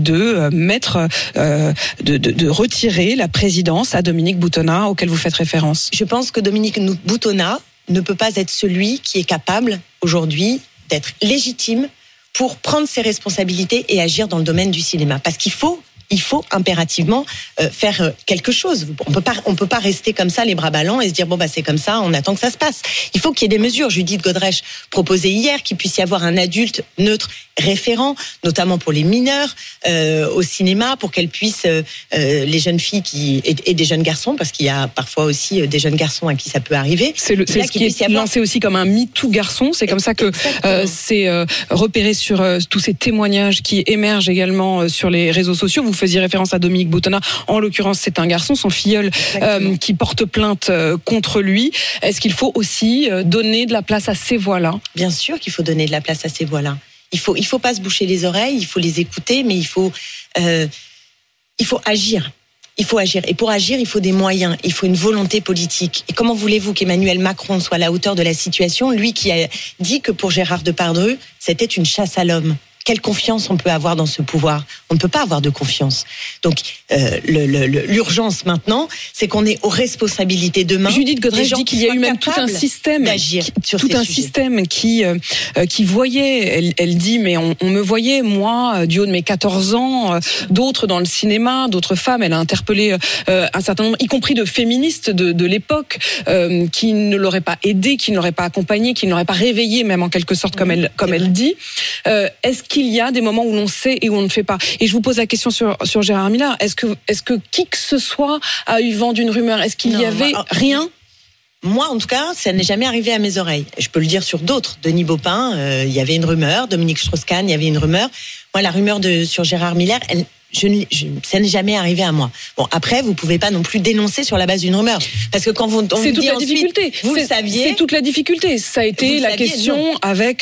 de retirer la présidence à Dominique Boutonnat, auquel vous faites référence? Je pense que Dominique Boutonnat ne peut pas être celui qui est capable aujourd'hui d'être légitime pour prendre ses responsabilités et agir dans le domaine du cinéma. Parce qu'il faut impérativement faire quelque chose. On peut pas rester comme ça les bras ballants et se dire c'est comme ça, on attend que ça se passe. Il faut qu'il y ait des mesures. Judith Godrèche proposait hier qu'il puisse y avoir un adulte neutre référent, notamment pour les mineurs au cinéma, pour qu'elles puissent les jeunes filles et des jeunes garçons, parce qu'il y a parfois aussi des jeunes garçons à qui ça peut arriver. C'est ce qui est lancé aussi comme un MeToo garçon. C'est comme ça que c'est repéré sur tous ces témoignages qui émergent également sur les réseaux sociaux. Vous faisiez référence à Dominique Boutonnat. En l'occurrence, c'est un garçon, son filleul, qui porte plainte contre lui. Est-ce qu'il faut aussi donner de la place à ces voix-là? Bien sûr qu'il faut donner de la place à ces voix-là. Il faut pas se boucher les oreilles, il faut les écouter, mais il faut agir. Il faut agir. Et pour agir, il faut des moyens, il faut une volonté politique. Et comment voulez-vous qu'Emmanuel Macron soit à la hauteur de la situation, lui qui a dit que pour Gérard Depardieu, c'était une chasse à l'homme? Quelle confiance on peut avoir dans ce pouvoir? On ne peut pas avoir de confiance. Donc, l'urgence maintenant, c'est qu'on est aux responsabilités demain. Judith Godrèche dit qu'il y a eu même tout un système qui voyait. Elle dit, mais on me voyait, moi, du haut de mes 14 ans, d'autres dans le cinéma, d'autres femmes. Elle a interpellé un certain nombre, y compris de féministes de l'époque, qui ne l'auraient pas aidé, qui ne l'auraient pas accompagné, qui ne l'auraient pas réveillé, même en quelque sorte, comme elle dit. Est-ce qu'il y a des moments où l'on sait et où on ne fait pas? Et je vous pose la question sur Gérard Miller. Est-ce que qui que ce soit a eu vent d'une rumeur? Est-ce qu'il y avait rien? Moi, en tout cas, ça n'est jamais arrivé à mes oreilles. Je peux le dire sur d'autres. Denis Baupin, il y avait une rumeur. Dominique Strauss-Kahn, il y avait une rumeur. Moi, la rumeur sur Gérard Miller, ça n'est jamais arrivé à moi. Bon, après, vous pouvez pas non plus dénoncer sur la base d'une rumeur, parce que quand on c'est vous toute dit la ensuite, difficulté. Vous le saviez. C'est toute la difficulté. Ça a été la question avec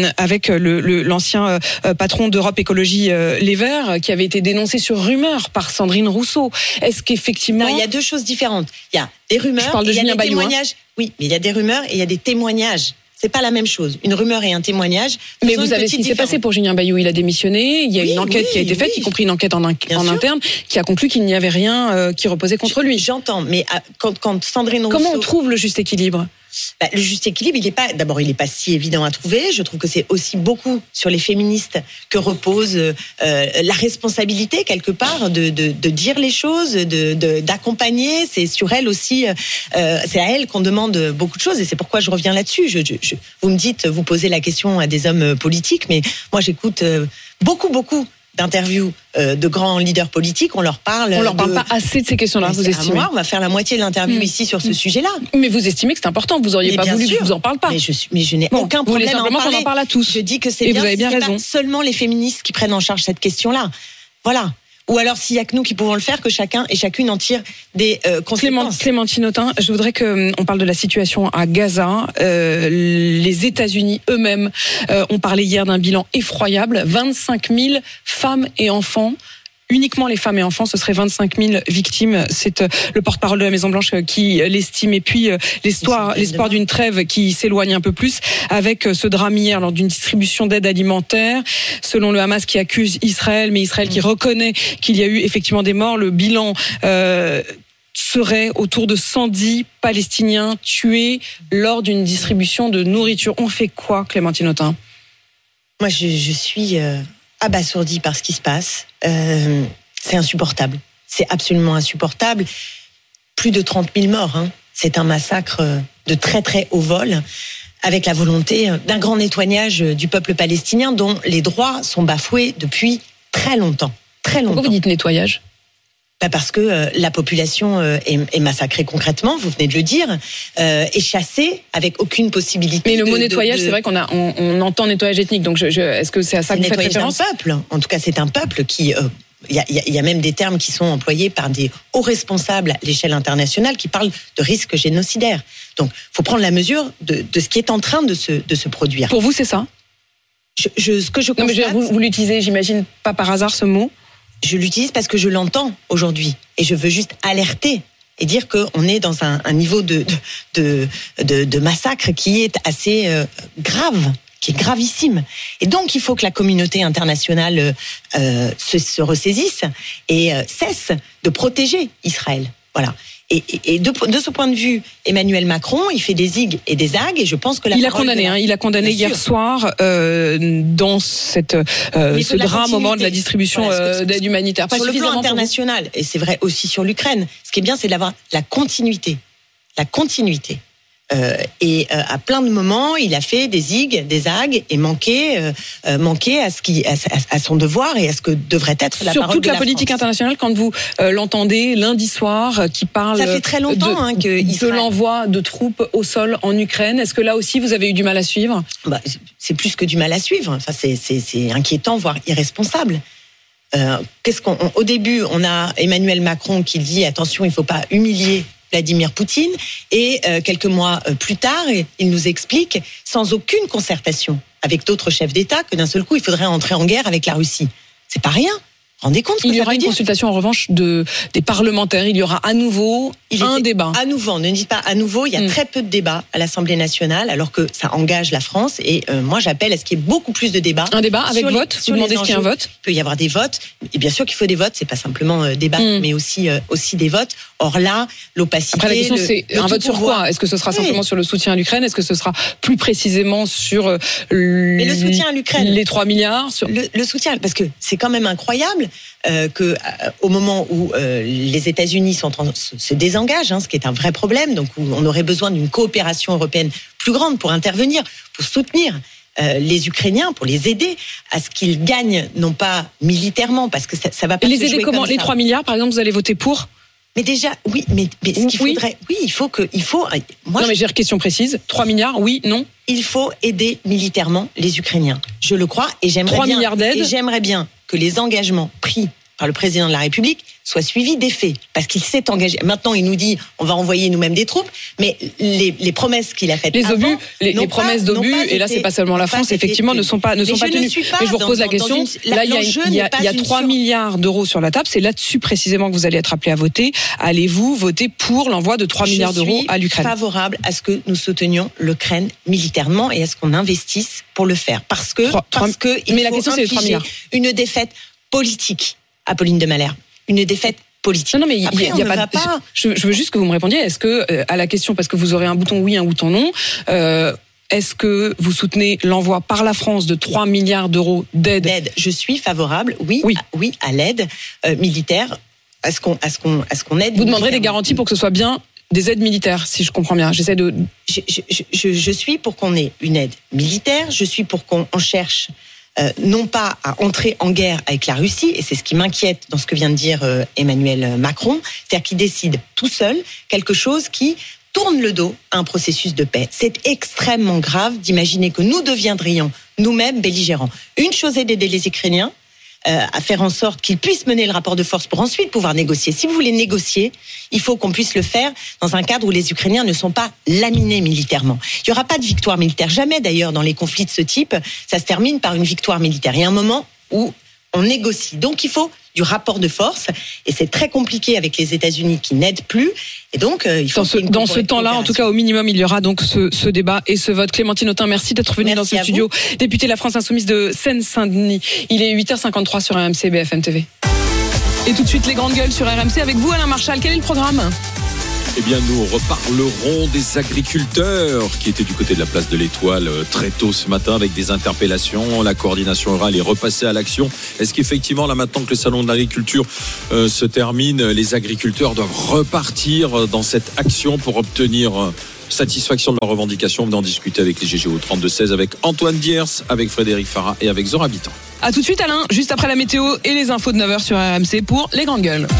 l'ancien patron d'Europe Écologie Les Verts, qui avait été dénoncé sur rumeur par Sandrine Rousseau. Est-ce qu'effectivement... Non, il y a deux choses différentes. Il y a des rumeurs, je parle de et il y a Julien des Bayou, témoignages. Oui, mais il y a des rumeurs et il y a des témoignages. C'est pas la même chose. Une rumeur et un témoignage. Mais vous savez ce qui s'est passé pour Julien Bayou. Il a démissionné. Il y a une enquête qui a été faite, y compris une enquête en interne, qui a conclu qu'il n'y avait rien qui reposait contre lui. J'entends, mais quand Sandrine Rousseau... Comment on trouve le juste équilibre? Le juste équilibre, il est pas si évident à trouver. Je trouve que c'est aussi beaucoup sur les féministes que repose la responsabilité quelque part de dire les choses, d'accompagner. C'est sur elles aussi, c'est à elles qu'on demande beaucoup de choses et c'est pourquoi je reviens là-dessus. Vous me dites, vous posez la question à des hommes politiques, mais moi j'écoute beaucoup d'interviews de grands leaders politiques, on leur parle pas assez de ces questions-là, vous estimez? On va faire la moitié de l'interview ici sur ce sujet-là. Mais vous estimez que c'est important, vous auriez pas voulu que je vous en parle pas. Mais je n'ai aucun problème à en parler. Qu'on en parle à tous. Je dis que c'est et bien, vous avez bien raison. Pas seulement les féministes qui prennent en charge cette question-là. Voilà. Ou alors, s'il y a que nous qui pouvons le faire, que chacun et chacune en tire des conséquences. Clémentine Autain, je voudrais qu'on parle de la situation à Gaza. Les États-Unis eux-mêmes ont parlé hier d'un bilan effroyable. 25 000 femmes et enfants uniquement les femmes et enfants, ce serait 25 000 victimes. C'est le porte-parole de la Maison-Blanche qui l'estime. Et puis l'espoir d'une trêve qui s'éloigne un peu plus avec ce drame hier lors d'une distribution d'aide alimentaire. Selon le Hamas qui accuse Israël, mais Israël qui reconnaît qu'il y a eu effectivement des morts. Le bilan serait autour de 110 Palestiniens tués lors d'une distribution de nourriture. On fait quoi, Clémentine Autain ? Moi, je suis abasourdie par ce qui se passe. C'est insupportable. C'est absolument insupportable. Plus de 30 000 morts. C'est un massacre de très très haut vol, avec la volonté d'un grand nettoyage du peuple palestinien dont les droits sont bafoués depuis très longtemps. Très longtemps. Pourquoi vous dites nettoyage ? Parce que la population est massacrée concrètement, vous venez de le dire, est chassée avec aucune possibilité. Mais le mot nettoyage, c'est vrai qu'on entend nettoyage ethnique, donc est-ce que c'est à ça que vous faites référence ? C'est un peuple. En tout cas, c'est un peuple qui... Il y a même des termes qui sont employés par des hauts responsables à l'échelle internationale qui parlent de risque génocidaire. Donc, il faut prendre la mesure de ce qui est en train de se produire. Pour vous, c'est ça ? Ce que je constate... Non, mais vous l'utilisez, j'imagine, pas par hasard, ce mot ? Je l'utilise parce que je l'entends aujourd'hui. Et je veux juste alerter et dire qu'on est dans un niveau de massacre qui est assez grave, qui est gravissime. Et donc, il faut que la communauté internationale se ressaisisse et cesse de protéger Israël. Voilà. Et de ce point de vue, Emmanuel Macron, il fait des zigs et des zags, et je pense que il a condamné hier soir dans ce drame au moment de la distribution d'aide humanitaire. Sur le plan international, et c'est vrai aussi sur l'Ukraine, ce qui est bien, c'est d'avoir la continuité. La continuité. Et à plein de moments, il a fait des zigs, des zags et manqué à son devoir et à ce que devrait être la parole de la France. Sur toute la politique internationale, quand vous l'entendez lundi soir, qui parle ça fait très longtemps de l'envoi de troupes au sol en Ukraine, est-ce que là aussi vous avez eu du mal à suivre ? C'est plus que du mal à suivre. Enfin, c'est inquiétant, voire irresponsable. Au début, on a Emmanuel Macron qui dit attention, il ne faut pas humilier Vladimir Poutine, et quelques mois plus tard, il nous explique, sans aucune concertation avec d'autres chefs d'État, que d'un seul coup, il faudrait entrer en guerre avec la Russie. C'est pas rien. Rendez compte. Il y aura une consultation en revanche des parlementaires. Il y aura à nouveau un débat. À nouveau, ne dites pas à nouveau. Il y a très peu de débats à l'Assemblée nationale, alors que ça engage la France. Et moi, j'appelle à ce qu'il y ait beaucoup plus de débats. Un débat avec vote. Vous demandez ce qu'il y a un vote. Il peut y avoir des votes. Et bien sûr qu'il faut des votes. C'est pas simplement débattre, mais aussi des votes. Or là, l'opacité. Après, la question, c'est un vote sur quoi ? Est-ce que ce sera simplement sur le soutien à l'Ukraine ? Est-ce que ce sera plus précisément sur le soutien à l'Ukraine, les 3 milliards le soutien, parce que c'est quand même incroyable que au moment où les États-Unis se désengagent, ce qui est un vrai problème, donc où on aurait besoin d'une coopération européenne plus grande pour intervenir, pour soutenir les Ukrainiens, pour les aider à ce qu'ils gagnent, non pas militairement, parce que ça va pas se jouer comme ça. Les aider comment ? Les 3 milliards, par exemple, vous allez voter pour ? Mais déjà, oui, mais ce qu'il faudrait, non, mais j'ai une question précise. 3 milliards, oui, non ? Il faut aider militairement les Ukrainiens. Je le crois, et j'aimerais bien que les engagements pris par le président de la République soient suivis des faits, parce qu'il s'est engagé. Maintenant, il nous dit on va envoyer nous-mêmes des troupes, mais les promesses qu'il a faites les promesses d'obus, et là c'est pas seulement la France, effectivement, ne sont pas tenues. Mais je vous repose la question. Là, il y a 3 milliards d'euros sur la table. C'est là-dessus précisément que vous allez être appelé à voter. Allez-vous voter pour l'envoi de 3 milliards d'euros à l'Ukraine ? Je suis favorable à ce que nous soutenions l'Ukraine militairement et à ce qu'on investisse pour le faire, parce que mais la question, c'est les 3 milliards. Une défaite politique. Apolline de Malherbe, une défaite politique. Non, mais il y a pas. Je veux juste que vous me répondiez. Est-ce que à la question, parce que vous aurez un bouton oui, un bouton non, est-ce que vous soutenez l'envoi par la France de 3 milliards d'euros d'aide ? Je suis favorable, oui, à l'aide militaire, à ce qu'on aide. Vous demanderez des garanties pour que ce soit bien des aides militaires, si je comprends bien. J'essaie de. Je suis pour qu'on ait une aide militaire. Je suis pour qu'on cherche. Non pas à entrer en guerre avec la Russie, et c'est ce qui m'inquiète dans ce que vient de dire Emmanuel Macron, c'est-à-dire qu'il décide tout seul quelque chose qui tourne le dos à un processus de paix. C'est extrêmement grave d'imaginer que nous deviendrions nous-mêmes belligérants. Une chose est d'aider les Ukrainiens à faire en sorte qu'ils puissent mener le rapport de force pour ensuite pouvoir négocier. Si vous voulez négocier, il faut qu'on puisse le faire dans un cadre où les Ukrainiens ne sont pas laminés militairement. Il n'y aura pas de victoire militaire. Jamais d'ailleurs dans les conflits de ce type, ça se termine par une victoire militaire. Il y a un moment où on négocie. Donc il faut du rapport de force. Et c'est très compliqué avec les États-Unis qui n'aident plus. Et donc, il faut dans ce temps-là, en tout cas, au minimum, il y aura donc ce débat et ce vote. Clémentine Autain, merci d'être venue dans ce studio. Députée de la France Insoumise de Seine-Saint-Denis. Il est 8h53 sur RMC BFM TV. Et tout de suite, les grandes gueules sur RMC avec vous, Alain Marchal. Quel est le programme ? Eh bien, nous reparlerons des agriculteurs qui étaient du côté de la place de l'Étoile très tôt ce matin avec des interpellations. La coordination rurale est repassée à l'action. Est-ce qu'effectivement, là maintenant que le salon de l'agriculture se termine, les agriculteurs doivent repartir dans cette action pour obtenir satisfaction de leurs revendications? On va en discuter avec les GGO 32-16, avec Antoine Diers, avec Frédéric Farah et avec Zora Habitant. A tout de suite, Alain, juste après la météo et les infos de 9h sur RMC pour les grandes gueules.